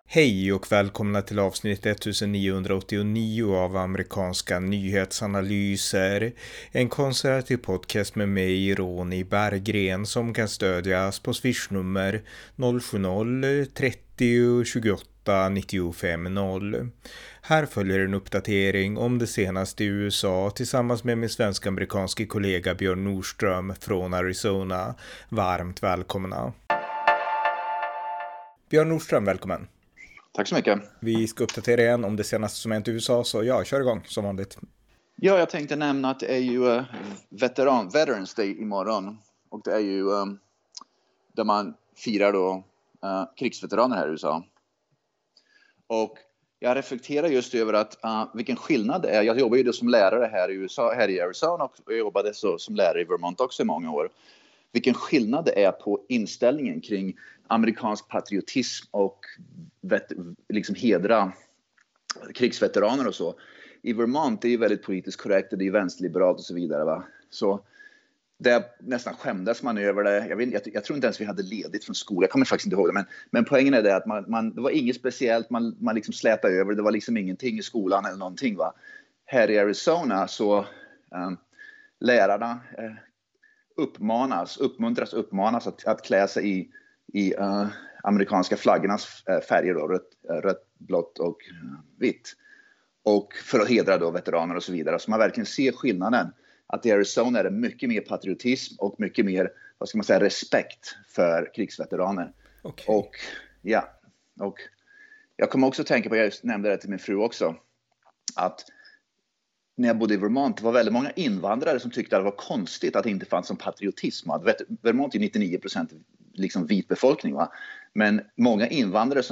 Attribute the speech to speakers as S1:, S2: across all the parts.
S1: Hej och välkomna till avsnitt 1989 av amerikanska nyhetsanalyser. En konservativ podcast med mig, Ronny Berggren, som kan stödjas på swishnummer 070-30 28 95 0. Här följer en uppdatering om det senaste i USA tillsammans med min svensk-amerikanske kollega Björn Nordström från Arizona. Varmt välkomna. Björn Nordström, välkommen.
S2: Tack så mycket.
S1: Vi ska uppdatera igen om det senaste som hänt i USA, så ja, kör igång som vanligt.
S2: Ja, jag tänkte nämna att det är ju Veterans Day imorgon. Och det är ju där man firar då krigsveteraner här i USA. Och jag reflekterar just över att vilken skillnad det är. Jag jobbar ju då som lärare här i USA, här i Arizona, och jag jobbade som lärare i Vermont också i många år. Vilken skillnad det är på inställningen kring amerikansk patriotism och liksom hedra krigsveteraner och så. I Vermont är det ju väldigt politiskt korrekt, det är ju vänsterliberalt och så vidare, va. Så det nästan skämdes man över det. Jag tror inte ens vi hade ledigt från skolan. Jag kommer faktiskt inte ihåg det, men poängen är det att det var inget speciellt, man liksom slätade över det. var liksom ingenting i skolan eller någonting, va. Här i Arizona så lärarna uppmanas att klä sig i amerikanska flaggornas färger då, rött, blått och vitt. Och för att hedra då veteraner och så vidare. Så man verkligen ser skillnaden. Att i Arizona är det mycket mer patriotism och mycket mer, vad ska man säga, respekt för krigsveteraner.
S1: Okay.
S2: Och jag kommer också tänka på, jag nämnde det till min fru också, att när jag bodde i Vermont, det var väldigt många invandrare som tyckte att det var konstigt att det inte fanns som patriotism. Vermont är 99% liksom vit befolkning, va? Men många invandrare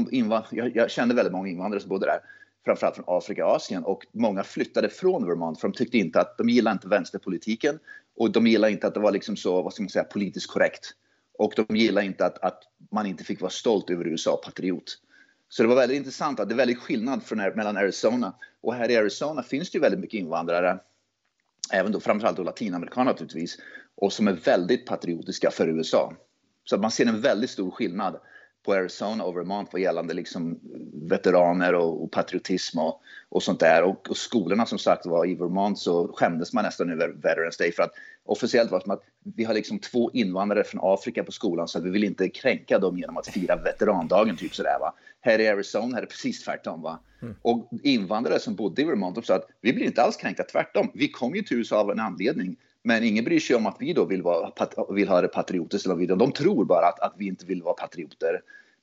S2: jag kände väldigt många invandrare som bodde där, framförallt från Afrika och Asien, och många flyttade från Vermont för de tyckte inte att de gillade inte vänsterpolitiken, och de gillade inte att det var liksom så, vad ska man säga, politiskt korrekt, och de gillade inte att man inte fick vara stolt över USA patriot. Så det var väldigt intressant att det är väldigt skillnad mellan Arizona, och här i Arizona finns det ju väldigt mycket invandrare, även då framförallt då latinamerikaner naturligtvis, och som är väldigt patriotiska för USA. Så att man ser en väldigt stor skillnad på Arizona och Vermont vad gällande liksom veteraner och patriotism och sånt där. Och skolorna som sagt var i Vermont, så skämdes man nästan över Veterans Day, för att officiellt var det som att vi har liksom 2 invandrare från Afrika på skolan, så att vi vill inte kränka dem genom att fira veterandagen typ sådär, va. Här i Arizona är det precis tvärtom, va. Och invandrare som bodde i Vermont sa att vi blir inte alls kränkta, tvärtom. Vi kom ju till USA av en anledning. Men ingen bryr sig om att vi då vill ha det patriotiskt. De tror bara att vi inte vill vara patrioter.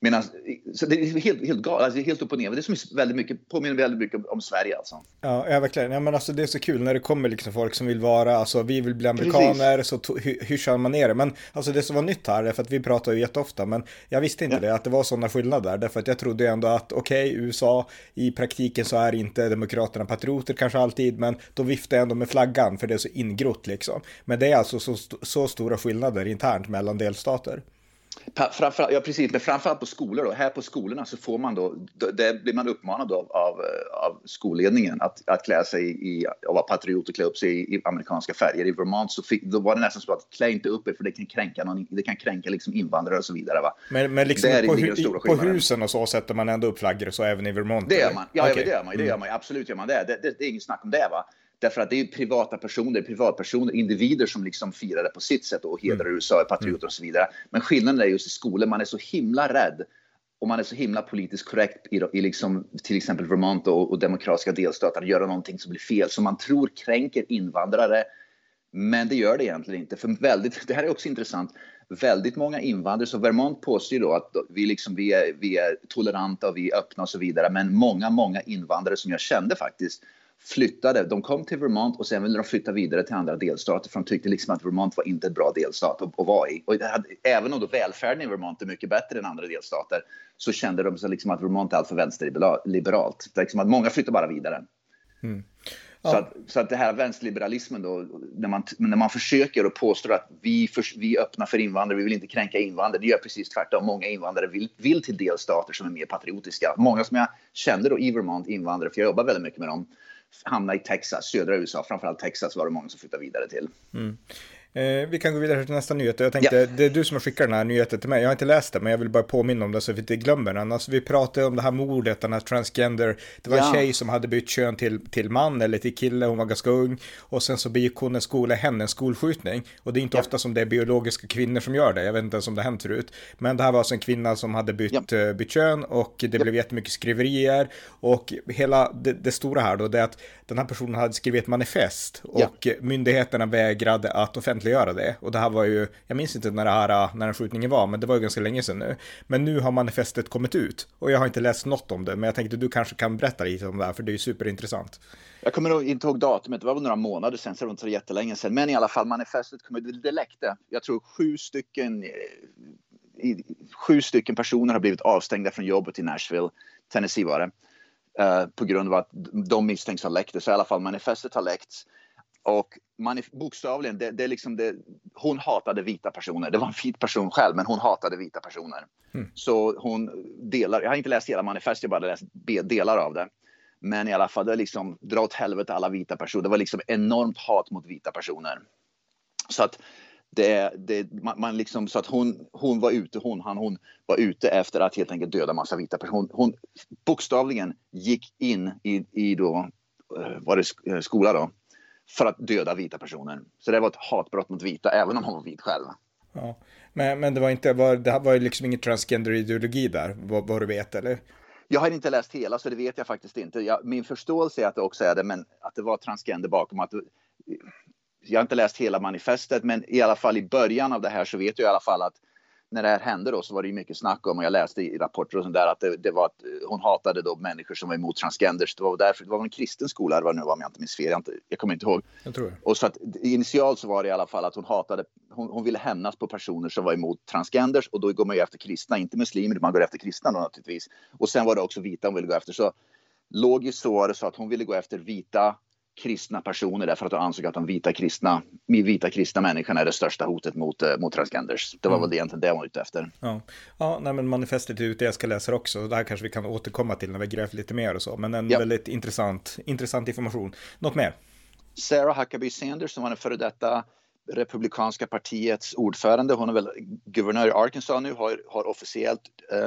S2: Så det är helt galet, alltså helt upp och ner. Det är som påminner väldigt mycket om Sverige alltså.
S1: Ja, verkligen. Ja, men alltså, det är så kul när det kommer liksom folk som vill vara, alltså vi vill bli amerikaner. Precis. Så hyschar man ner det. Men alltså det som var nytt här är för att vi pratar ju jätteofta, men jag visste inte det, att det var sådana skillnader. Därför att jag trodde ändå att USA, i praktiken så är inte demokraterna patrioter kanske alltid, men de viftar ändå med flaggan för det är så ingrott liksom. Men det är alltså så stora skillnader internt mellan delstater.
S2: Ja, precis, men framförallt på skolor då. Här på skolorna så får man då, det blir man uppmanad då av skolledningen att klä sig och vara patriot och klä upp sig i amerikanska färger. I Vermont så då var det nästan så att klä inte upp er, för det kan kränka liksom invandrare och så vidare, va.
S1: Men liksom på husen och så sätter man ändå upp flaggor, så även i Vermont.
S2: Det gör man. Ja, okay. det gör man. Absolut gör man det. Det är inget snack om det, va. Därför att det är ju privatpersoner, individer som liksom firar det på sitt sätt och hedrar USA, patrioter och så vidare. Men skillnaden är just i skolan, man är så himla rädd och man är så himla politiskt korrekt i liksom, till exempel Vermont och demokratiska delstater, att göra någonting som blir fel, som man tror kränker invandrare. Men det gör det egentligen inte. För det här är också intressant. Väldigt många invandrare, så Vermont påstår då att vi är toleranta och vi är öppna och så vidare. Men många invandrare som jag kände faktiskt flyttade. De kom till Vermont och sen ville de flytta vidare till andra delstater, för de tyckte liksom att Vermont var inte en bra delstat att vara i. Och även om då välfärden i Vermont är mycket bättre än andra delstater, så kände de så liksom att Vermont är alltför vänsterliberalt. Det är liksom att många flyttar bara vidare. Ja. Så att det här vänsterliberalismen då, när man försöker och påstår att vi är öppna för invandrare, vi vill inte kränka invandrare, det gör precis tvärtom. Många invandrare vill till delstater som är mer patriotiska. Många som jag kände då i Vermont, invandrare, för jag jobbar väldigt mycket med dem, hamna i Texas, södra USA, framförallt Texas var det många som flyttade vidare till.
S1: Vi kan gå vidare till nästa nyhet. Jag tänkte, det är du som har skickat den här nyheten till mig. Jag har inte läst den, men jag vill bara påminna om det så att vi inte glömmer den. Alltså, vi pratade om det här mordet, den här transgender. Det var en tjej som hade bytt kön till man eller till kille. Hon var ganska ung. Och sen så begick hon en skolskjutning. Och det är inte ofta som det är biologiska kvinnor som gör det. Jag vet inte ens om det hänt förut. Men det här var alltså en kvinna som hade bytt kön. Och det blev jättemycket skriverier. Och hela det stora här då, det är att den här personen hade skrivit ett manifest. Och myndigheterna vägrade att offentliggöra det. Och det här var ju, jag minns inte när den skjutningen var, men det var ju ganska länge sedan nu. Men nu har manifestet kommit ut. Och jag har inte läst något om det, men jag tänkte du kanske kan berätta lite om det här, för det är ju superintressant.
S2: Jag kommer nog inte ihåg datumet, det var väl några månader sedan, så det var inte så jättelänge sedan. Men i alla fall, manifestet kom ut, det läckte. Jag tror 7 stycken personer har blivit avstängda från jobbet i Nashville, Tennessee var det. På grund av att de misstänks ha läckt det. Så i alla fall manifestet har läckts. Och bokstavligen, det är liksom det, hon hatade vita personer. Det var en vit person själv, men hon hatade vita personer. Så hon delar, jag har inte läst hela manifestet, jag bara läst delar av det. Men i alla fall, det är liksom, dra åt helvete alla vita personer. Det var liksom enormt hat mot vita personer. Så att man liksom, så att hon var ute efter att helt enkelt döda massa vita personer. Hon bokstavligen gick in i då, var det skola då, för att döda vita personer. Så det var ett hatbrott mot vita, även om hon var vit själv.
S1: Ja, men det var liksom ingen transgender-ideologi där, vad du vet, eller?
S2: Jag har inte läst hela, så det vet jag faktiskt inte. Min förståelse är att det också är det, men att det var transgender bakom. Jag har inte läst hela manifestet, men i alla fall i början av det här så vet jag i alla fall att när det här hände då så var det ju mycket snack om, och jag läste i rapporter och sånt där, att det var att hon hatade då människor som var emot transgenders. Det var en kristen skola, det var nu, om jag inte minns fel, jag kommer inte ihåg.
S1: Jag tror det.
S2: Och så att initialt så var det i alla fall att hon ville hämnas på personer som var emot transgenders, och då går man ju efter kristna, inte muslimer, man går efter kristna då naturligtvis. Och sen var det också vita hon ville gå efter, så logiskt så var det så att hon ville gå efter vita kristna personer därför att de ansåg att de vita kristna människorna är det största hotet mot transgenders. Det var väl egentligen det hon var ute efter.
S1: Nej, men manifestet är ute, jag ska läsa det också. Det här kanske vi kan återkomma till när vi grävt lite mer och så. Men en väldigt intressant information. Något mer? Sarah
S2: Huckabee Sanders, som var den före detta republikanska partiets ordförande. Hon är väl guvernör i Arkansas nu, har officiellt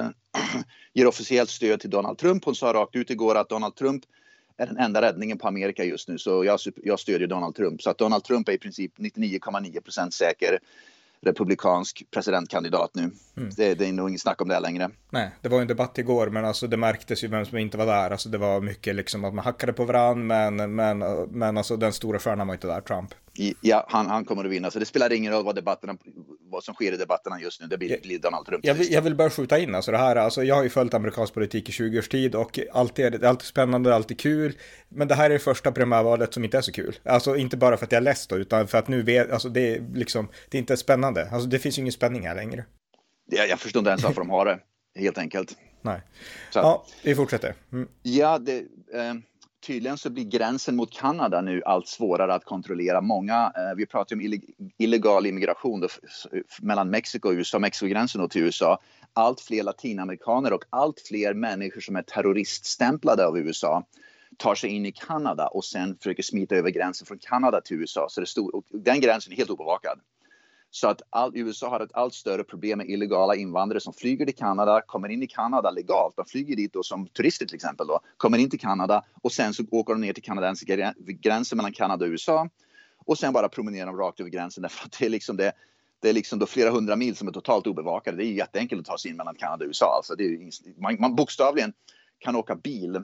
S2: ger officiellt stöd till Donald Trump. Hon sa rakt ut igår att Donald Trump är den enda räddningen på Amerika just nu. Så jag stödjer Donald Trump. Så att Donald Trump är i princip 99,9% säker republikansk presidentkandidat nu. Det är nog inget snack om det längre.
S1: Nej, det var en debatt igår, men alltså det märktes ju vem som inte var där. Alltså det var mycket liksom att man hackade på varann, men alltså den stora stjärnan var inte där, Trump.
S2: Ja, han kommer att vinna. Så det spelar ingen roll vad som sker i debatterna just nu. Det blir Donald Trump.
S1: Jag vill bara skjuta in alltså det här. Alltså jag har ju följt amerikansk politik i 20 års tid och det är alltid spännande, alltid kul. Men det här är det första primärvalet som inte är så kul. Alltså inte bara för att jag är läst då, utan för att nu alltså det är liksom, det är inte spännande. Alltså det finns ju ingen spänning här längre.
S2: Jag förstår inte ens varför de har det, helt enkelt.
S1: Nej. Ja, vi fortsätter.
S2: Ja, tydligen så blir gränsen mot Kanada nu allt svårare att kontrollera. Vi pratar om illegal immigration då, mellan Mexiko och USA, Mexiko-gränsen till USA. Allt fler latinamerikaner och allt fler människor som är terroriststämplade av USA tar sig in i Kanada och sen försöker smita över gränsen från Kanada till USA. Så den gränsen är helt obevakad. Så att USA har ett allt större problem med illegala invandrare som flyger till Kanada, kommer in i Kanada legalt. De flyger dit då som turister till exempel då, kommer in till Kanada och sen så åker de ner till kanadensiska gränsen mellan Kanada och USA. Och sen bara promenerar de rakt över gränsen därför att det är liksom då flera 100 mil som är totalt obevakade. Det är jätteenkelt att ta sig in mellan Kanada och USA. Alltså man bokstavligen kan åka bil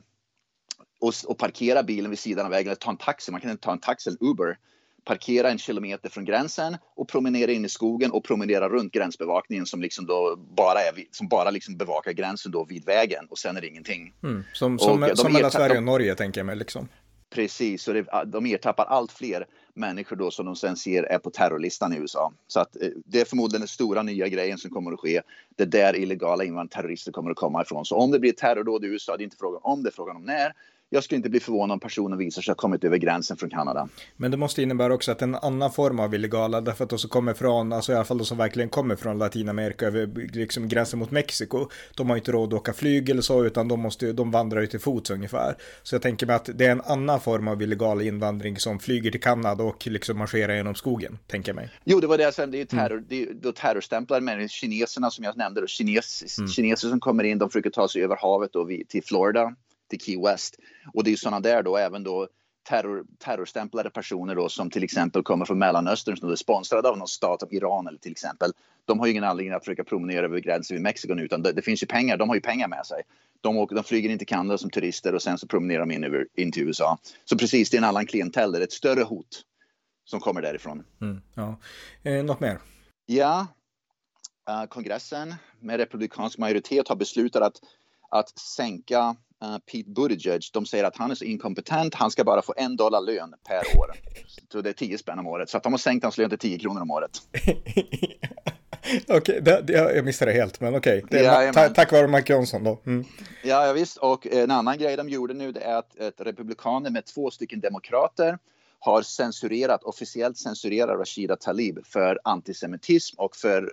S2: och parkera bilen vid sidan av vägen eller ta en taxi. Man kan inte ta en taxi eller Uber. Parkera 1 kilometer från gränsen och promenera in i skogen och promenera runt gränsbevakningen som liksom då bara liksom bevakar gränsen då vid vägen och sen är det ingenting.
S1: Som mellan Sverige och Norge tänker jag mig liksom.
S2: Precis, så de ertappar allt fler människor då som de sen ser är på terrorlistan i USA. Så att det är förmodligen den stora nya grejen som kommer att ske. Det där illegala terrorister kommer att komma ifrån. Så om det blir terrordåd i USA, det är inte frågan om, det är frågan om när. jag skulle inte bli förvånad om personen visar sig ha kommit över gränsen från Kanada.
S1: Men det måste innebära också att en annan form av illegala, därför att de som kommer från, alltså i alla fall de som verkligen kommer från Latinamerika över liksom gränsen mot Mexiko, de har ju inte råd att åka flyg eller så, utan de vandrar ju till fots ungefär. Så jag tänker mig att det är en annan form av illegal invandring som flyger till Kanada och liksom marscherar genom skogen, tänker jag mig.
S2: Jo, det var det jag sa, det är terror, det är då terrorstämplar med kineserna som jag nämnde, kineser som kommer in, de försöker ta sig över havet då till Florida, till Key West. Och det är ju sådana där då, även då terrorstämplade personer då, som till exempel kommer från Mellanöstern, som är sponsrade av någon stat, av Iran eller till exempel. De har ju ingen anledning att försöka promenera över gränsen vid Mexiko nu, utan det finns ju pengar, de har ju pengar med sig. De flyger in till Kanada som turister och sen så promenerar de in till USA. Så precis, det är en annan klientell, det är ett större hot som kommer därifrån.
S1: Ja. Något mer?
S2: Ja, kongressen med republikansk majoritet har beslutat att sänka Pete Buttigieg. De säger att han är så inkompetent, han ska bara få $1 lön per år. Så det är 10 spänn om året. Så att de har sänkt hans lön till 10 kronor om året.
S1: Okej, jag missade det helt, men okej. Tack vare Mike Johnson då.
S2: Ja, visst. Och en annan grej de gjorde nu, det är att republikaner med 2 demokrater har officiellt censurerat Rashida Tlaib för antisemitism och för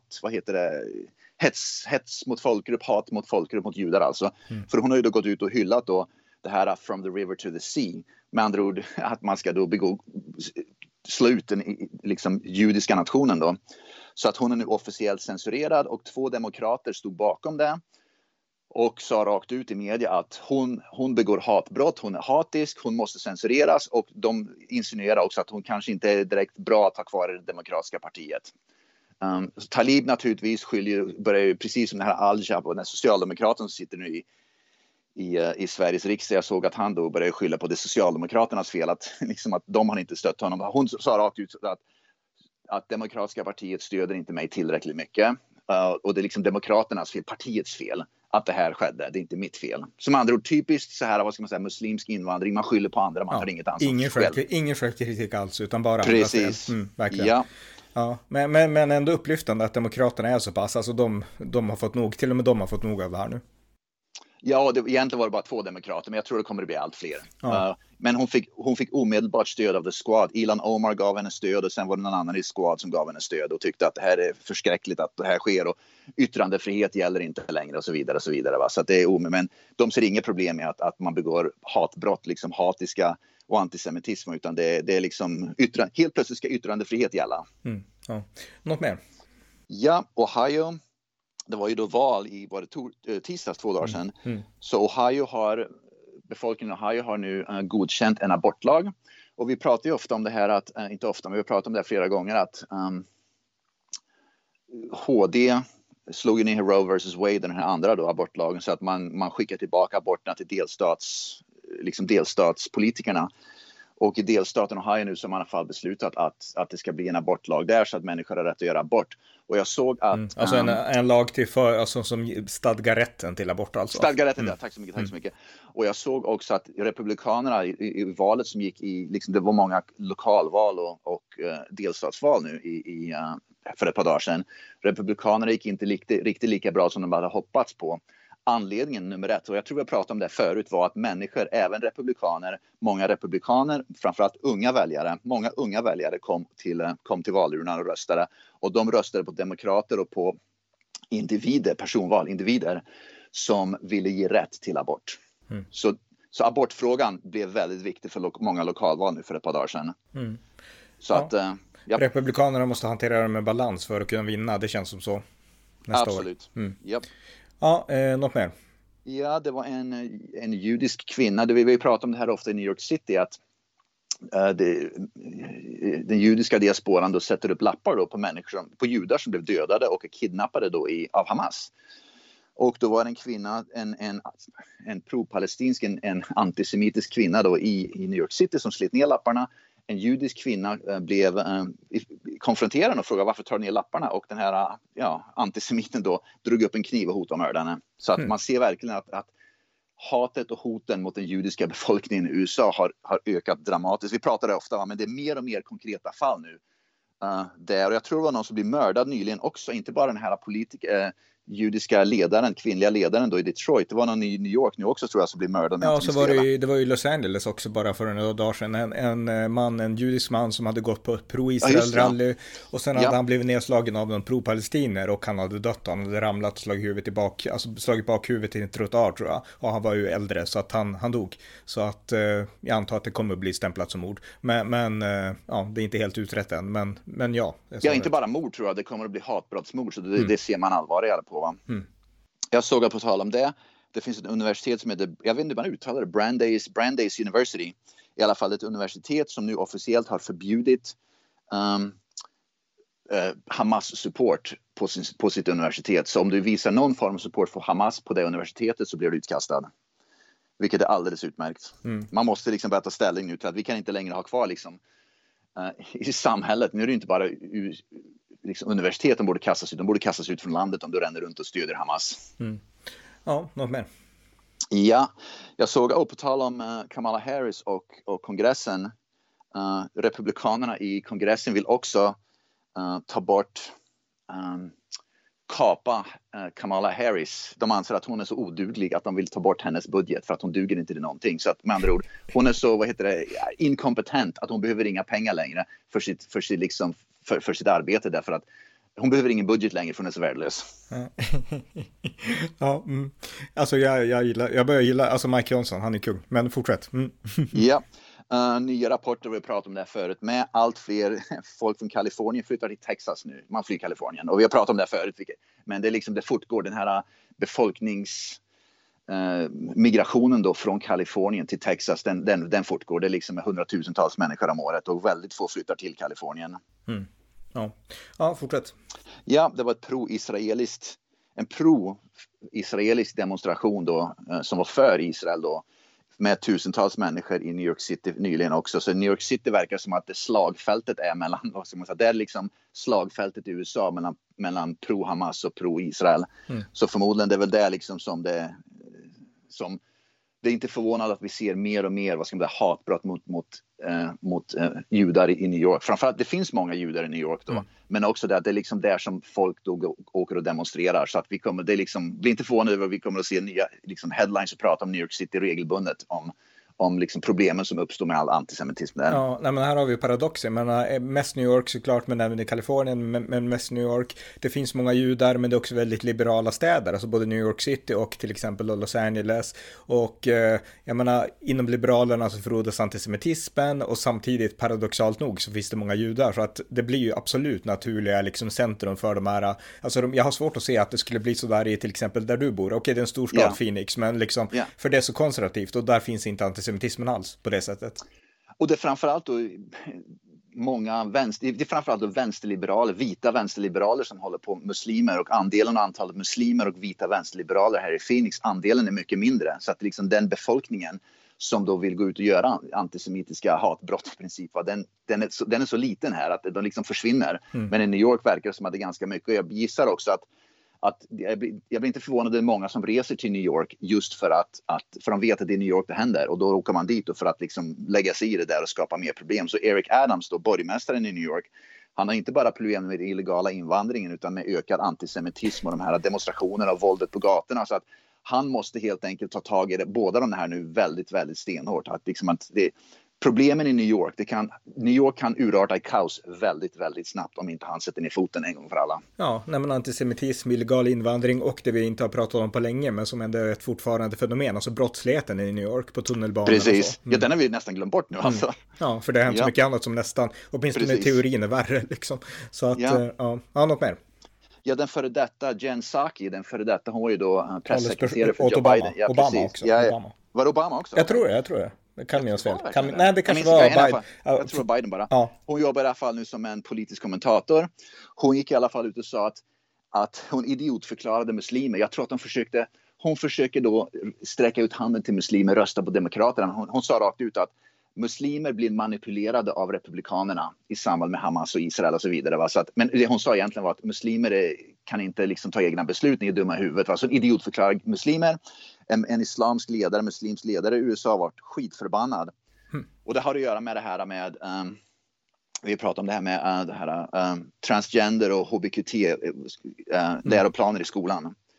S2: hets mot folkgrupp, hat mot folkgrupp, mot judar alltså. För hon har ju då gått ut och hyllat då det här from the river to the sea. Med andra ord att man ska då slå ut den liksom judiska nationen då. Så att hon är nu officiellt censurerad och 2 demokrater stod bakom det. Och sa rakt ut i media att hon begår hatbrott, hon är hatisk, hon måste censureras. Och de insinuerar också att hon kanske inte är direkt bra att ha kvar i det demokratiska partiet. Tlaib naturligtvis börjar ju precis som den här Al-Jab och den socialdemokraten som sitter nu i Sveriges riksdag. Jag såg att han då började skylla på det socialdemokraternas fel, att de har inte stött honom. Hon sa rakt ut att demokratiska partiet stöder inte mig tillräckligt mycket. Och det är liksom demokraternas fel, partiets fel att det här skedde. Det är inte mitt fel. Som andra ord, typiskt så här, vad ska man säga, muslimsk invandring. Man skyller på andra, man har inget ansvar.
S1: Ingen självkritik alls, utan bara
S2: precis.
S1: Verkligen.
S2: Ja.
S1: Ja, men ändå upplyftande att demokraterna är så pass. Alltså de har fått nog, till och med de har fått nog av det här nu.
S2: Ja, egentligen var det bara 2 demokrater, men jag tror det kommer att bli allt fler.
S1: Ja.
S2: Men hon fick omedelbart stöd av The Squad. Ilhan Omar gav henne stöd och sen var det någon annan i Squad som gav henne stöd och tyckte att det här är förskräckligt att det här sker och yttrandefrihet gäller inte längre och så vidare och så vidare. Va? Så att det är men de ser inget problem med att man begår hatbrott, liksom hatiska och antisemitism, utan det är liksom helt plötsligt ska yttrandefrihet gälla.
S1: Ja. Något mer?
S2: Ja, Ohio. Det var ju då val i tisdags 2 dagar sedan. Så befolkningen i Ohio har nu godkänt en abortlag. Och vi pratar ju ofta om det här inte ofta, men vi pratar om det här flera gånger att HD slog ner Roe versus Wade, den här andra då, abortlagen, så att man skickar tillbaka aborterna till delstatspolitikerna. Och i delstaten Ohio nu så har man i alla fall beslutat att det ska bli en abortlag där så att människor har rätt att göra abort. Och jag såg att...
S1: Alltså en lag alltså, som stadgar rätten till abort alltså.
S2: Stadgar rätten, ja. Tack så mycket. Och jag såg också att republikanerna i valet som gick det var många lokalval och delstatsval nu för ett par dagar sedan. Republikanerna gick inte riktigt lika bra som de hade hoppats på. Anledningen nummer 1, och jag tror jag pratade om det förut, var att människor, även många republikaner, framförallt många unga väljare kom till valurnan och röstade. Och de röstade på demokrater och på individer som ville ge rätt till abort. Så abortfrågan blev väldigt viktig för många lokalval nu för ett par dagar sedan. Så att...
S1: Republikanerna måste hantera det med balans för att kunna vinna, det känns som så. Nästa
S2: Absolut.
S1: år.
S2: Japp.
S1: Ja, något mer?
S2: Ja, det var en judisk kvinna. Vi pratar om det här ofta i New York City, att den judiska diasporan då sätter upp lappar då på judar som blev dödade och kidnappade då av Hamas. Och då var det en kvinna, en pro-palestinsk, en antisemitisk kvinna då i New York City som slet ner lapparna. En judisk kvinna blev konfronterad och frågade varför tar ner lapparna, och den här antisemiten då drog upp en kniv och hotade mördaren. Så att man ser verkligen att hatet och hoten mot den judiska befolkningen i USA har ökat dramatiskt. Vi pratar det ofta, men det är mer och mer konkreta fall nu. Och jag tror det var någon som blev mördad nyligen också, inte bara den här judiska ledaren, kvinnliga ledaren då i Detroit. Det var någon i New York nu också tror jag som blev mördad.
S1: Ja, så var det var ju Los Angeles också bara för några dagar sedan. En judisk man som hade gått på ett pro-Israel-rally och sen hade han blivit nedslagen av någon pro-palestiner och han hade dött. Han hade ramlat och slagit bakhuvudet i en trottoar tror jag. Och han var ju äldre så att han dog. Så att jag antar att det kommer att bli stämplat som mord. Men ja, det är inte helt utrett än. Men ja.
S2: Ja, inte bara mord tror jag. Det kommer att bli hatbrottsmord så det ser man allvarligare på va. Jag såg att på tal om det finns ett universitet som heter, jag vet inte hur man uttalar det, Brandeis University. I alla fall ett universitet som nu officiellt har förbjudit Hamas support på sitt universitet. Så om du visar någon form av support för Hamas på det universitetet så blir du utkastad. Vilket är alldeles utmärkt. Man måste liksom börja ta ställning nu till att vi kan inte längre ha kvar liksom, i samhället. Nu är det inte bara liksom, universiteten borde kastas ut från landet om du ränner runt och stöder Hamas.
S1: Ja, något mer.
S2: Ja, jag såg på tal om Kamala Harris och kongressen. Republikanerna i kongressen vill också ta bort kapa Kamala Harris. De anser att hon är så oduglig att de vill ta bort hennes budget för att hon duger inte till någonting. Så att med andra ord, hon är så inkompetent att hon behöver inga pengar längre för sitt arbete därför att hon behöver ingen budget längre för hon är så värdelös.
S1: Ja, alltså jag börjar gilla alltså Mike Johnson, han är kung, men fortsätt.
S2: Ja. Nya rapporter, vi pratat om det här förut, med allt fler folk från Kalifornien flyttar till Texas nu. Man flyr Kalifornien och vi har pratat om det här förut, men det är liksom det fortgår, den här migrationen då från Kalifornien till Texas, den fortgår. Det är liksom 100,000-tals människor om året och väldigt få flyttar till Kalifornien.
S1: Ja, fortsätt.
S2: Ja, det var en pro-israelisk demonstration då som var för Israel då med tusentals människor i New York City nyligen också. Så New York City verkar som att det slagfältet är mellan, vad ska man säga, det är liksom slagfältet i USA mellan pro-Hamas och pro-Israel. Så förmodligen det är väl det liksom som det är inte förvånande att vi ser mer och mer, vad ska man säga, hatbrott mot judar i New York. Framförallt det finns många judar i New York då, men också det att det är liksom där som folk då åker och demonstrerar, så att vi kommer, det är liksom, blir inte förvånade över att vi kommer att se nya liksom headlines och prata om New York City regelbundet om liksom problemen som uppstår med all antisemitism där.
S1: Ja, nej, men här har vi paradoxer. Men mest New York såklart, men även i Kalifornien, men mest New York. Det finns många judar, men det är också väldigt liberala städer, alltså både New York City och till exempel Los Angeles. Och jag menar, inom liberalerna så frodas antisemitismen och samtidigt paradoxalt nog så finns det många judar, så att det blir ju absolut naturliga liksom centrum för de här, alltså jag har svårt att se att det skulle bli så där i till exempel där du bor. Okej, det är en stor stad, Phoenix, men liksom för det är så konservativt och där finns inte antisemitismen alls på det sättet.
S2: Och det är framförallt då det är framförallt då vänsterliberaler, vita vänsterliberaler som håller på muslimer, och antalet muslimer och vita vänsterliberaler här i Phoenix, andelen är mycket mindre, så att liksom den befolkningen som då vill gå ut och göra antisemitiska hatbrott i princip, den är så liten här att de liksom försvinner. Men i New York verkar det som att det är ganska mycket, och jag gissar också att jag blir inte förvånad, det är många som reser till New York just för för de vet att det är New York det händer, och då åker man dit och för att liksom lägga sig i det där och skapa mer problem. Så Eric Adams då, borgmästaren i New York, han har inte bara problem med den illegala invandringen utan med ökad antisemitism och de här demonstrationerna och våldet på gatorna, så att han måste helt enkelt ta tag i det, båda de här nu väldigt, väldigt stenhårt. Problemen i New York kan urarta i kaos väldigt, väldigt snabbt om inte han sätter ner foten en gång för alla.
S1: Ja, men antisemitism, illegal invandring och det vi inte har pratat om på länge men som ändå är ett fortfarande fenomen, alltså brottsligheten i New York på tunnelbanan.
S2: Precis, ja, den har vi nästan glömt bort nu alltså.
S1: Ja, för det har hänt så mycket annat som nästan, åtminstone teorin är värre liksom. Så att, något mer.
S2: Ja, den före detta, Jen Psaki, hon var ju då pressekreterare för Joe Biden. Ja,
S1: Obama också.
S2: Ja. Var det Obama också?
S1: Jag tror det. Det kan minnas fel. Nej, det kanske var Biden.
S2: Jag tror det var Biden bara. Ja. Hon jobbar i alla fall nu som en politisk kommentator. Hon gick i alla fall ut och sa att hon idiotförklarade muslimer. Jag tror att hon försöker då sträcka ut handen till muslimer, rösta på demokraterna. Hon sa rakt ut att muslimer blir manipulerade av republikanerna i samband med Hamas och Israel och så vidare. Va? Så men det hon sa egentligen var att muslimer kan inte liksom ta egna beslut, ni är dumma i huvudet. Va? Så en idiotförklarar muslimer. En muslimsk ledare i USA har varit skitförbannad. Och det har att göra med det här med vi pratar om det här med transgender och HBQT läroplaner i skolan.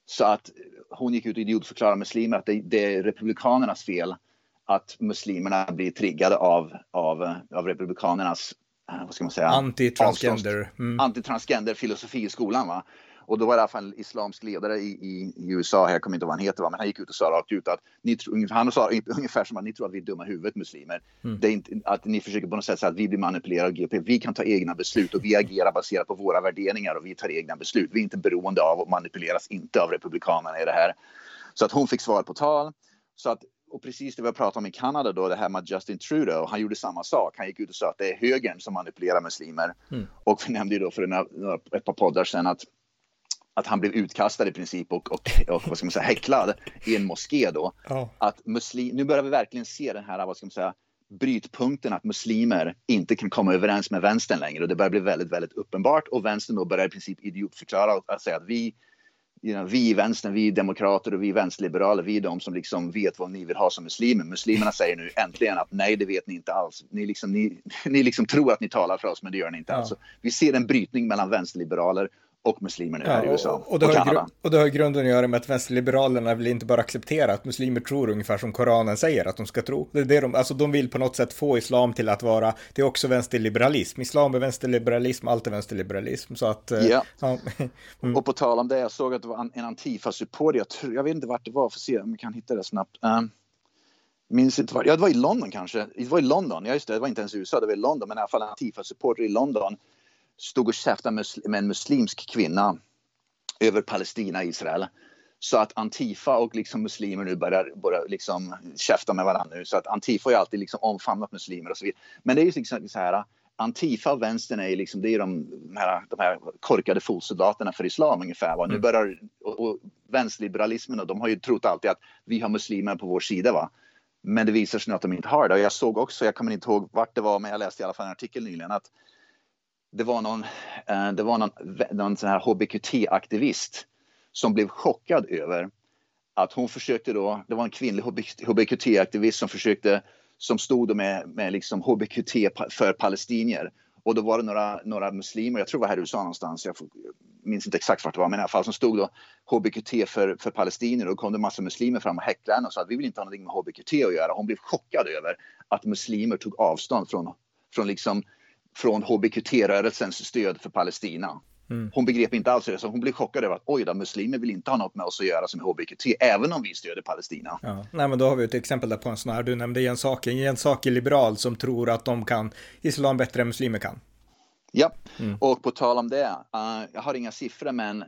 S2: Så att hon gick ut och idiotförklarade muslimer att det är republikanernas fel att muslimerna blir triggade av republikanernas, vad ska man säga, antitransgender filosofi i skolan, va? Och då var det i alla fall en islamsk ledare i USA, jag kommer inte ihåg vad han heter, va? Men han gick ut och sa rakt ut att han sa ungefär som att ni tror att vi är dumma huvudet muslimer. Det är inte, att ni försöker på något sätt säga att vi blir manipulerade av GP. Vi kan ta egna beslut och vi agerar baserat på våra värderingar och vi tar egna beslut. Vi är inte beroende av och manipuleras inte av republikanerna i det här. Så att hon fick svar på tal. Så att, och precis det vi har pratat om i Kanada då, det här med Justin Trudeau, han gjorde samma sak. Han gick ut och sa att det är högern som manipulerar muslimer. Och vi nämnde ju då för ett par poddar sedan att han blev utkastad i princip och vad ska man säga, häcklad i en moské då. Att nu börjar vi verkligen se den här, vad ska man säga, brytpunkten att muslimer inte kan komma överens med vänstern längre. Och det börjar bli väldigt, väldigt uppenbart. Och vänstern då börjar i princip idiotförklara och säga att vi i vänstern, vi demokrater och vi vänsterliberaler, vi är de som liksom vet vad ni vill ha som muslimer. Muslimerna säger nu äntligen att nej, det vet ni inte alls. Ni liksom tror att ni talar för oss, men det gör ni inte alls. Vi ser en brytning mellan vänsterliberaler och muslimer nu här i USA
S1: och det har grunden att göra med att vänsterliberalerna vill inte bara acceptera att muslimer tror ungefär som Koranen säger att de ska tro. Det är det de vill på något sätt få islam till att vara, det är också vänsterliberalism. Islam är vänsterliberalism, allt är vänsterliberalism. Så att,
S2: Och på tal om det, jag såg att det var en Antifa-support. Jag vet inte vart det var, för att se om vi kan hitta det snabbt. Minns inte det var i London kanske. Det var i London, just det var inte ens i USA, det var i London, men i alla fall en Antifa-supporter i London stod och käftade med en muslimsk kvinna över Palestina och Israel. Så att Antifa och liksom muslimer nu börjar liksom käfta med varandra nu. Så att Antifa har ju alltid liksom omfamnat muslimer och så vidare. Men det är ju liksom så här, Antifa och vänstern är liksom, det är de här korkade fotsoldaterna för islam ungefär. Va? Nu börjar, och vänsterliberalismen, och de har ju trott alltid att vi har muslimer på vår sida, va. Men det visar sig nu att de inte har det. Och jag såg också, jag kommer inte ihåg vart det var, men jag läste i alla fall en artikel nyligen att det var någon sån här HBQT-aktivist som blev chockad över att hon försökte då, det var en kvinnlig HBQT-aktivist som stod med liksom HBQT för palestinier. Och då var det några muslimer, jag tror det var här i USA någonstans, jag minns inte exakt vart det var, men i alla fall som stod då HBQT för palestinier, och då kom det massa muslimer fram och häcklade henne och sa att vi vill inte ha någonting med HBQT att göra. Hon blev chockad över att muslimer tog avstånd från HBQT-rörelsens stöd för Palestina. Hon begrep inte alls det, så hon blev chockad över att oj då, muslimer vill inte ha något med oss att göra som HBQT, även om vi stöder Palestina.
S1: Ja. Nej, men då har vi ett exempel där på en sån här, du nämnde en sak liberal som tror att de kan islam bättre än muslimer kan.
S2: Ja, och på tal om det, jag har inga siffror, men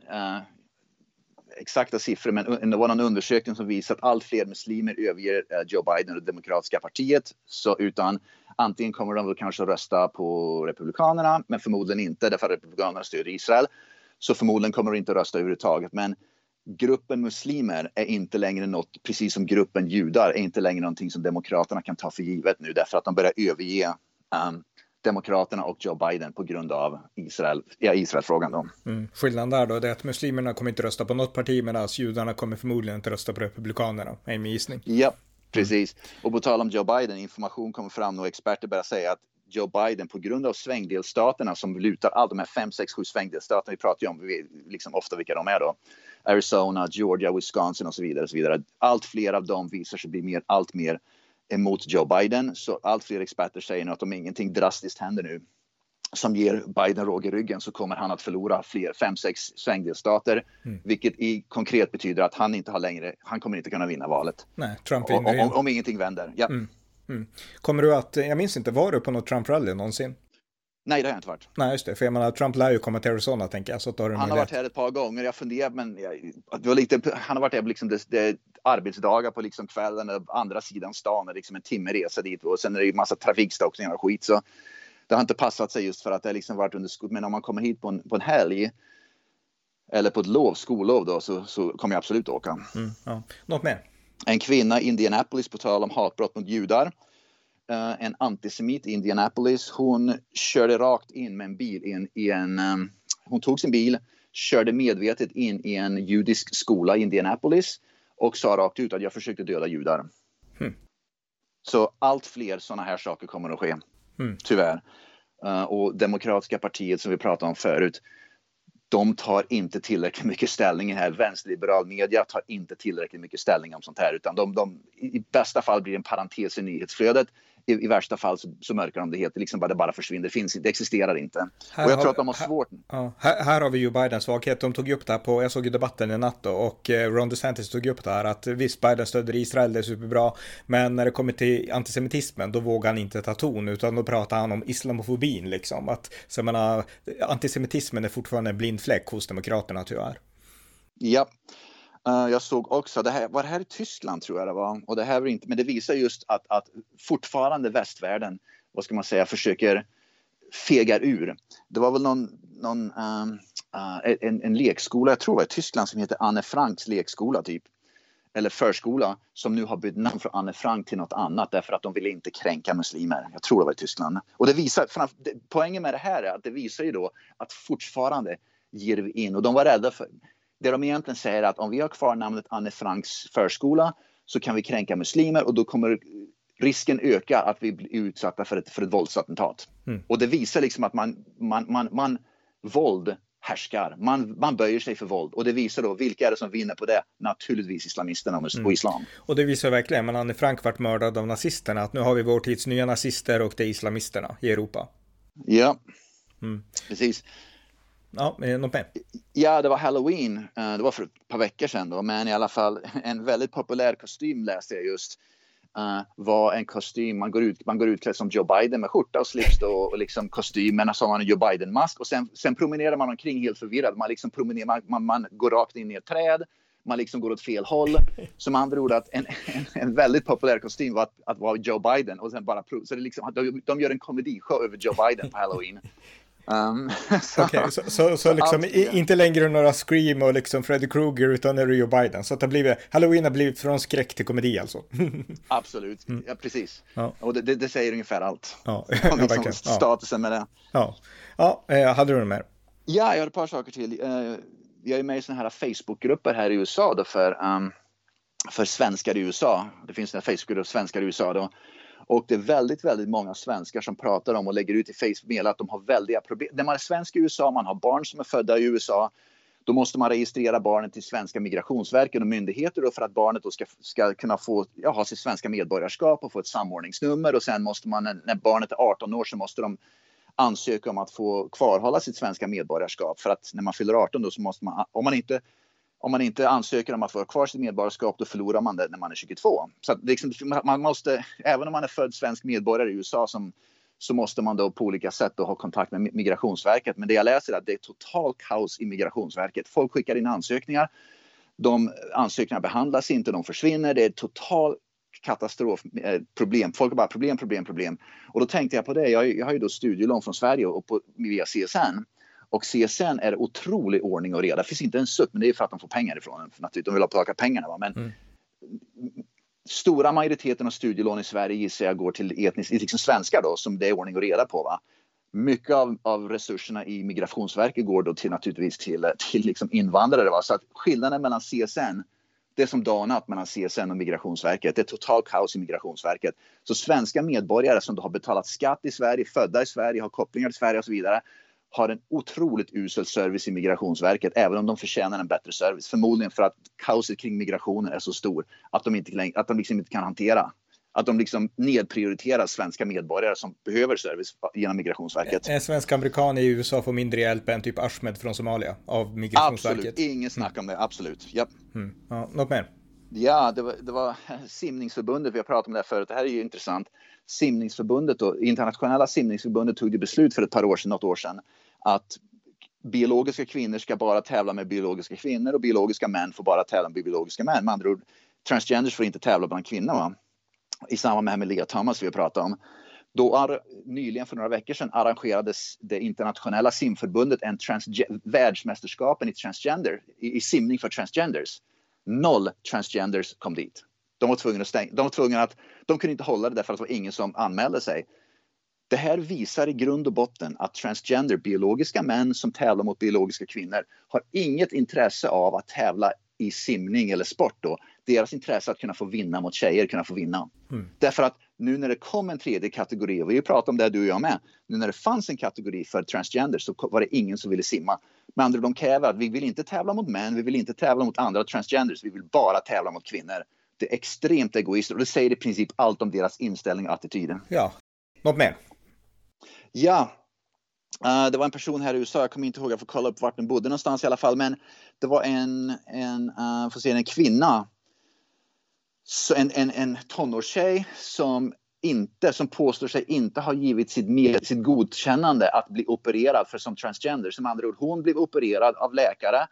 S2: exakta siffror, men det var någon undersökning som visar att allt fler muslimer överger Joe Biden och det demokratiska partiet, så utan antingen kommer de väl kanske rösta på republikanerna, men förmodligen inte, därför att republikanerna stöder Israel, så förmodligen kommer de inte rösta överhuvudtaget. Men gruppen muslimer är inte längre något, precis som gruppen judar, är inte längre någonting som demokraterna kan ta för givet nu, därför att de börjar överge demokraterna och Joe Biden på grund av Israelfrågan då.
S1: Skillnaden där då är att muslimerna kommer inte rösta på något parti, medan judarna kommer förmodligen inte rösta på republikanerna, är min gissning.
S2: Ja, precis. Och på tal om Joe Biden, information kommer fram och experter börjar säga att Joe Biden på grund av svängdelstaterna som lutar allt, de här 5, 6, 7 svängdelstaterna vi pratar ju om, liksom ofta vilka de är då. Arizona, Georgia, Wisconsin och så vidare. Och så vidare. Allt fler av dem visar sig bli allt mer emot Joe Biden. Så allt fler experter säger nu att om ingenting drastiskt händer nu som ger Biden råg i ryggen, så kommer han att förlora 5, 6 svängdelstater. Vilket i konkret betyder att han kommer inte kunna vinna valet.
S1: Nej, Trump vinner
S2: om ingenting vänder. Ja.
S1: Kommer du att, jag minns inte, var du på något Trump-rally någonsin?
S2: Nej, det har jag inte varit.
S1: Nej, just det. För jag menar, Trump lär ju komma till Arizona, tänker jag. Så att
S2: han har varit här ett par gånger. Jag funderar, men det var lite, han har varit här på liksom det arbetsdagar på liksom kvällen, andra sidan stan, liksom en timme resa dit. Och sen är det ju massa trafikstockningar och skit. Så det har inte passat sig just för att det liksom varit under skol. Men om man kommer hit på en helg eller på ett skollov då, så kommer jag absolut åka.
S1: Ja. Något mer? En
S2: kvinna i Indianapolis, på tal om hatbrott mot judar. En antisemit i Indianapolis. Hon körde rakt in med en bil hon tog sin bil, körde medvetet in i en judisk skola i Indianapolis och sa rakt ut att jag försökte döda judar. Så allt fler sådana här saker kommer att ske. Tyvärr. Och demokratiska partiet som vi pratade om förut, de tar inte tillräckligt mycket ställning här. Vänsterliberal media tar inte tillräckligt mycket ställning om sånt här, utan de i bästa fall blir en parentes i nyhetsflödet. I värsta fall så mörkar de det helt, liksom bara försvinner, det existerar inte. Och jag tror att de har svårt.
S1: Här har vi ju Bidens svaghet. De tog upp det här jag såg ju debatten i natt då, och Ron DeSantis tog upp det här att visst, Biden stöder Israel, det är superbra, men när det kommer till antisemitismen då vågar han inte ta ton, utan då pratar han om islamofobin liksom, att så jag menar, antisemitismen är fortfarande en blind fläck hos demokraterna tyvärr.
S2: Ja. Jag såg också, det här i Tyskland tror jag det var, och det här var inte, men det visar just att fortfarande västvärlden, vad ska man säga, försöker fegar ur. Det var väl en lekskola, jag tror det var i Tyskland, som heter Anne Franks lekskola typ, eller förskola, som nu har bytt namn från Anne Frank till något annat därför att de ville inte kränka muslimer. Jag tror det var i Tyskland. Och det visar, poängen med det här är att det visar ju då att fortfarande ger vi in, och de var rädda för det. De egentligen säger att om vi har kvar namnet Anne Franks förskola så kan vi kränka muslimer, och då kommer risken öka att vi blir utsatta för ett våldsattentat. Och det visar liksom att man våld härskar. Man böjer sig för våld. Och det visar då vilka är det som vinner på det? Naturligtvis islamisterna och islam.
S1: Och det visar verkligen, men Anne Frank vart mördad av nazisterna, att nu har vi vår tids nya nazister och det är islamisterna i Europa.
S2: Ja, precis.
S1: Ja, något mer?
S2: Ja, det var Halloween. Det var för ett par veckor sedan då. Men i alla fall en väldigt populär kostym läste jag just. Var en kostym. Man går utklädd som Joe Biden med skjorta och slips och liksom kostym. Men så har man en Joe Biden-mask. Och sen promenerar man omkring helt förvirrad. Man liksom promenerar, man går rakt in i ett träd. Man liksom går åt fel håll. Som andra ord att en väldigt populär kostym var att vara Joe Biden. Och sen bara så det liksom, de gör en komedishow över Joe Biden på Halloween.
S1: Så liksom inte längre några Scream och liksom Freddy Krueger, utan är det Joe Biden. Så att det blivit, Halloween har blivit från skräck till komedi alltså.
S2: Absolut, ja, precis. Ja. Och det säger ungefär allt.
S1: Ja,
S2: liksom statusen med det.
S1: Ja, hade du något mer?
S2: Ja, jag har ett par saker till. Jag är med i såna här Facebookgrupper här i USA då för svenskar i USA. Det finns en Facebookgrupp svenskar i USA då. Och det är väldigt, väldigt många svenskar som pratar om och lägger ut i Facebook att de har väldiga problem. När man är svensk i USA, man har barn som är födda i USA, då måste man registrera barnen till svenska migrationsverket och myndigheter då för att barnet då ska kunna få ha sitt svenska medborgarskap och få ett samordningsnummer. Och sen måste man, när barnet är 18 år, så måste de ansöka om att få kvarhålla sitt svenska medborgarskap. För att när man fyller 18 då så måste man, om man inte ansöker om att få kvar sitt medborgarskap, då förlorar man det när man är 22. Så att liksom, man måste, även om man är född svensk medborgare i USA, så måste man då på olika sätt då ha kontakt med Migrationsverket. Men det jag läser är att det är total kaos i Migrationsverket. Folk skickar in ansökningar. De ansökningar behandlas inte, de försvinner. Det är total katastrofproblem. Folk har bara problem. Och då tänkte jag på det. Jag har ju då studielån från Sverige och via CSN. Och CSN är otrolig ordning och reda. Det finns inte en sutt, men det är för att de får pengar ifrån. För att de vill ha plocka pengarna. Va? Men stora majoriteten av studielån i Sverige gissar jag går till etniskt, liksom svenskar då, som det är ordning och reda på. Va? Mycket av resurserna i Migrationsverket går då naturligtvis till liksom invandrare. Va? Så att skillnaden mellan CSN, det som danat mellan CSN och Migrationsverket, det är total kaos i Migrationsverket. Så svenska medborgare som då har betalat skatt i Sverige, födda i Sverige, har kopplingar till Sverige och så vidare, har en otroligt usel service i Migrationsverket, även om de förtjänar en bättre service. Förmodligen för att kaoset kring migrationen är så stor att de liksom inte kan hantera. Att de liksom nedprioriterar svenska medborgare som behöver service genom Migrationsverket.
S1: En svensk amerikan i USA får mindre hjälp än typ Ahmed från Somalia av Migrationsverket.
S2: Absolut, ingen snack om det, absolut. Yep.
S1: Ja, något mer?
S2: Ja, det var simningsförbundet, vi har pratat om det här förut, det här är ju intressant. Simningsförbundet och internationella simningsförbundet tog det beslut för något år sedan att biologiska kvinnor ska bara tävla med biologiska kvinnor och biologiska män får bara tävla med biologiska män. Med andra ord, transgenders får inte tävla bland kvinnor. Va? I samband med det här med Lea Thomas vi har pratat om. Då nyligen för några veckor sedan arrangerades det internationella simförbundet en världsmästerskapen i transgender, i simning för transgenders. 0 transgenders kom dit. De kunde inte hålla det därför att det var ingen som anmälde sig. Det här visar i grund och botten att transgender, biologiska män som tävlar mot biologiska kvinnor, har inget intresse av att tävla i simning eller sport då. Deras intresse att kunna få vinna mot tjejer, kunna få vinna. Därför att nu när det kom en tredje kategori, och vi har pratat om det du och jag med, nu när det fanns en kategori för transgender så var det ingen som ville simma. Med andra ord, de kräver att vi vill inte tävla mot män, vi vill inte tävla mot andra transgenders, vi vill bara tävla mot kvinnor. Det är extremt egoistiskt och det säger i princip allt om deras inställning och attityden.
S1: Ja, något mer?
S2: Ja, det var en person här i USA, jag kommer inte ihåg, jag får kolla upp vart den bodde någonstans i alla fall, men det var en kvinna, så en tonårstjej som påstår sig inte ha givit sitt godkännande att bli opererad för som transgender. Som andra ord, hon blev opererad av läkare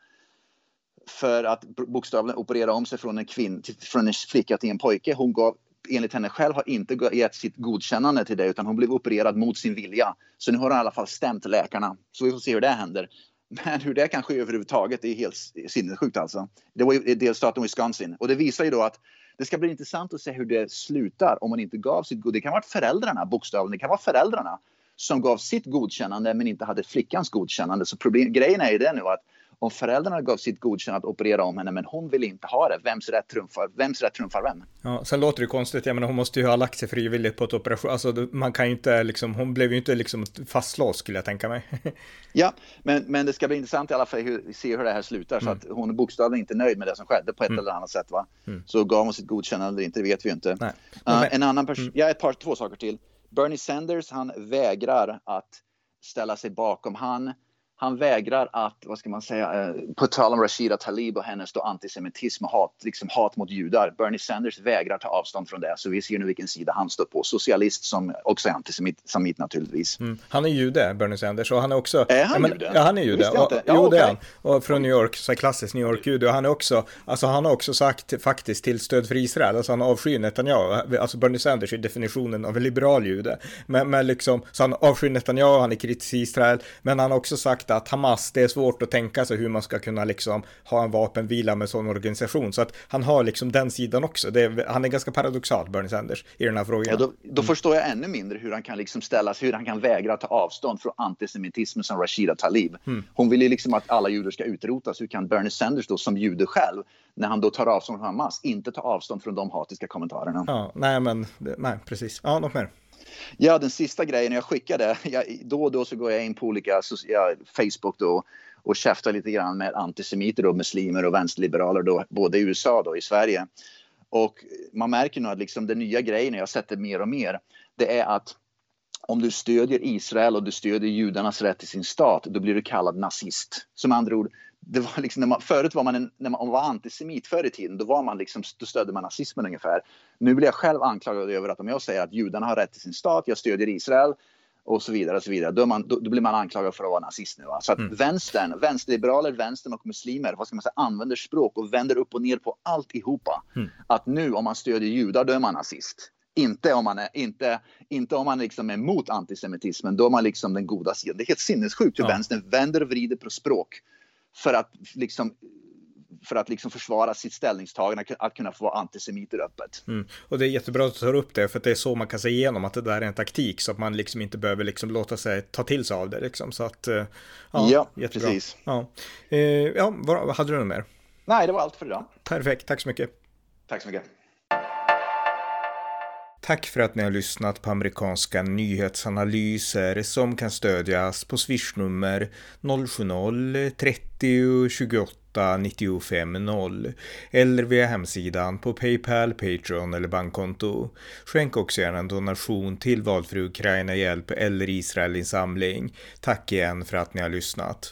S2: för att bokstavligen operera om sig från en flicka till en pojke. Hon gav, enligt henne själv, har inte gett sitt godkännande till det, utan hon blev opererad mot sin vilja. Så nu har hon i alla fall stämt läkarna. Så vi får se hur det händer. Men hur det kan ske överhuvudtaget är helt sinnessjukt alltså. Det var i delstaten Wisconsin. Och det visar ju då att det ska bli intressant att se hur det slutar om man inte gav sitt godkännande. Det kan vara föräldrarna, bokstavligen. Det kan vara föräldrarna som gav sitt godkännande men inte hade flickans godkännande. Så grejen är ju det nu att om föräldrarna gav sitt godkännande att operera om henne men hon vill inte ha det, vems rätt trumfar vem?
S1: Ja, sen låter det konstigt, jag menar hon måste ju ha lagt sig frivilligt på ett operation, alltså man kan ju inte liksom, hon blev ju inte liksom fastlåst skulle jag tänka mig.
S2: Ja, men det ska bli intressant i alla fall se hur det här slutar, så att hon är bokstavligen inte nöjd med det som skedde på ett eller annat sätt, va? Så gav hon sitt godkännande eller inte, det vet vi ju inte. En annan person, två saker till. Bernie Sanders, han vägrar att ställa sig bakom, han vägrar att, vad ska man säga, på tal om Rashida Tlaib och hennes då antisemitism och hat mot judar. Bernie Sanders vägrar ta avstånd från det. Så vi ser nu vilken sida han står på. Socialist som också är antisemit naturligtvis.
S1: Han är jude, Bernie Sanders. Och han är också...
S2: Är han jude?
S1: Ja, han är jude.
S2: Jo,
S1: det är han. Och från New York, så klassisk New York-jude. Och han har också sagt faktiskt till stöd för Israel. Alltså han avskyr Netanyahu. Alltså Bernie Sanders är definitionen av en liberal jude. Men liksom, så han avskyr Netanyahu, han är kritisk till Israel. Men han har också sagt att Hamas, det är svårt att tänka sig hur man ska kunna liksom ha en vapenvila med sån organisation. Så att han har liksom den sidan också. Han är ganska paradoxal, Bernie Sanders, i den här frågan.
S2: Ja, då förstår jag ännu mindre hur han kan liksom hur han kan vägra ta avstånd från antisemitismen som Rashida Tlaib. Hon vill ju liksom att alla judar ska utrotas. Hur kan Bernie Sanders då som jude själv, när han då tar avstånd från Hamas, inte ta avstånd från de hatiska kommentarerna?
S1: Ja, nej, precis. Ja, något mer.
S2: Ja, den sista grejen jag skickade, då och då så går jag in på olika Facebook då och käftar lite grann med antisemiter och muslimer och vänsterliberaler då, både i USA och i Sverige. Och man märker nu att liksom den nya grejen jag sätter mer och mer, det är att om du stödjer Israel och du stödjer judarnas rätt till sin stat, då blir du kallad nazist. Som andra ord, det var liksom förut var när man var antisemit förr i tiden, då stödde man nazismen ungefär. Nu blir jag själv anklagad över att om jag säger att judarna har rätt till sin stat, jag stödjer Israel och så vidare, då blir man anklagad för att vara nazist nu. Va? Så att vänsterliberaler, vänstern och muslimer, vad ska man säga, använder språk och vänder upp och ner på alltihopa. Att nu om man stödjer judar, då är man nazist. Inte om man liksom är emot antisemitismen, då är man liksom den goda sidan. Det är helt sinnessjukt hur vänstern vänder och vrider på språk för att försvara sitt ställningstagande att kunna få vara antisemiter öppet.
S1: Och det är jättebra att du tar upp det, för att det är så man kan se igenom att det där är en taktik, så att man liksom inte behöver liksom låta sig ta till sig av det liksom. Så att,
S2: ja,
S1: jättebra.
S2: Precis.
S1: Vad hade du något mer?
S2: Nej, det var allt för idag.
S1: Perfekt, tack så mycket.
S2: Tack så mycket.
S1: Tack för att ni har lyssnat på amerikanska nyhetsanalyser som kan stödjas på swishnummer 070-30 28 95 0 eller via hemsidan på PayPal, Patreon eller bankkonto. Skänk också gärna en donation till valfri Ukraina-hjälp eller Israelinsamling. Tack igen för att ni har lyssnat.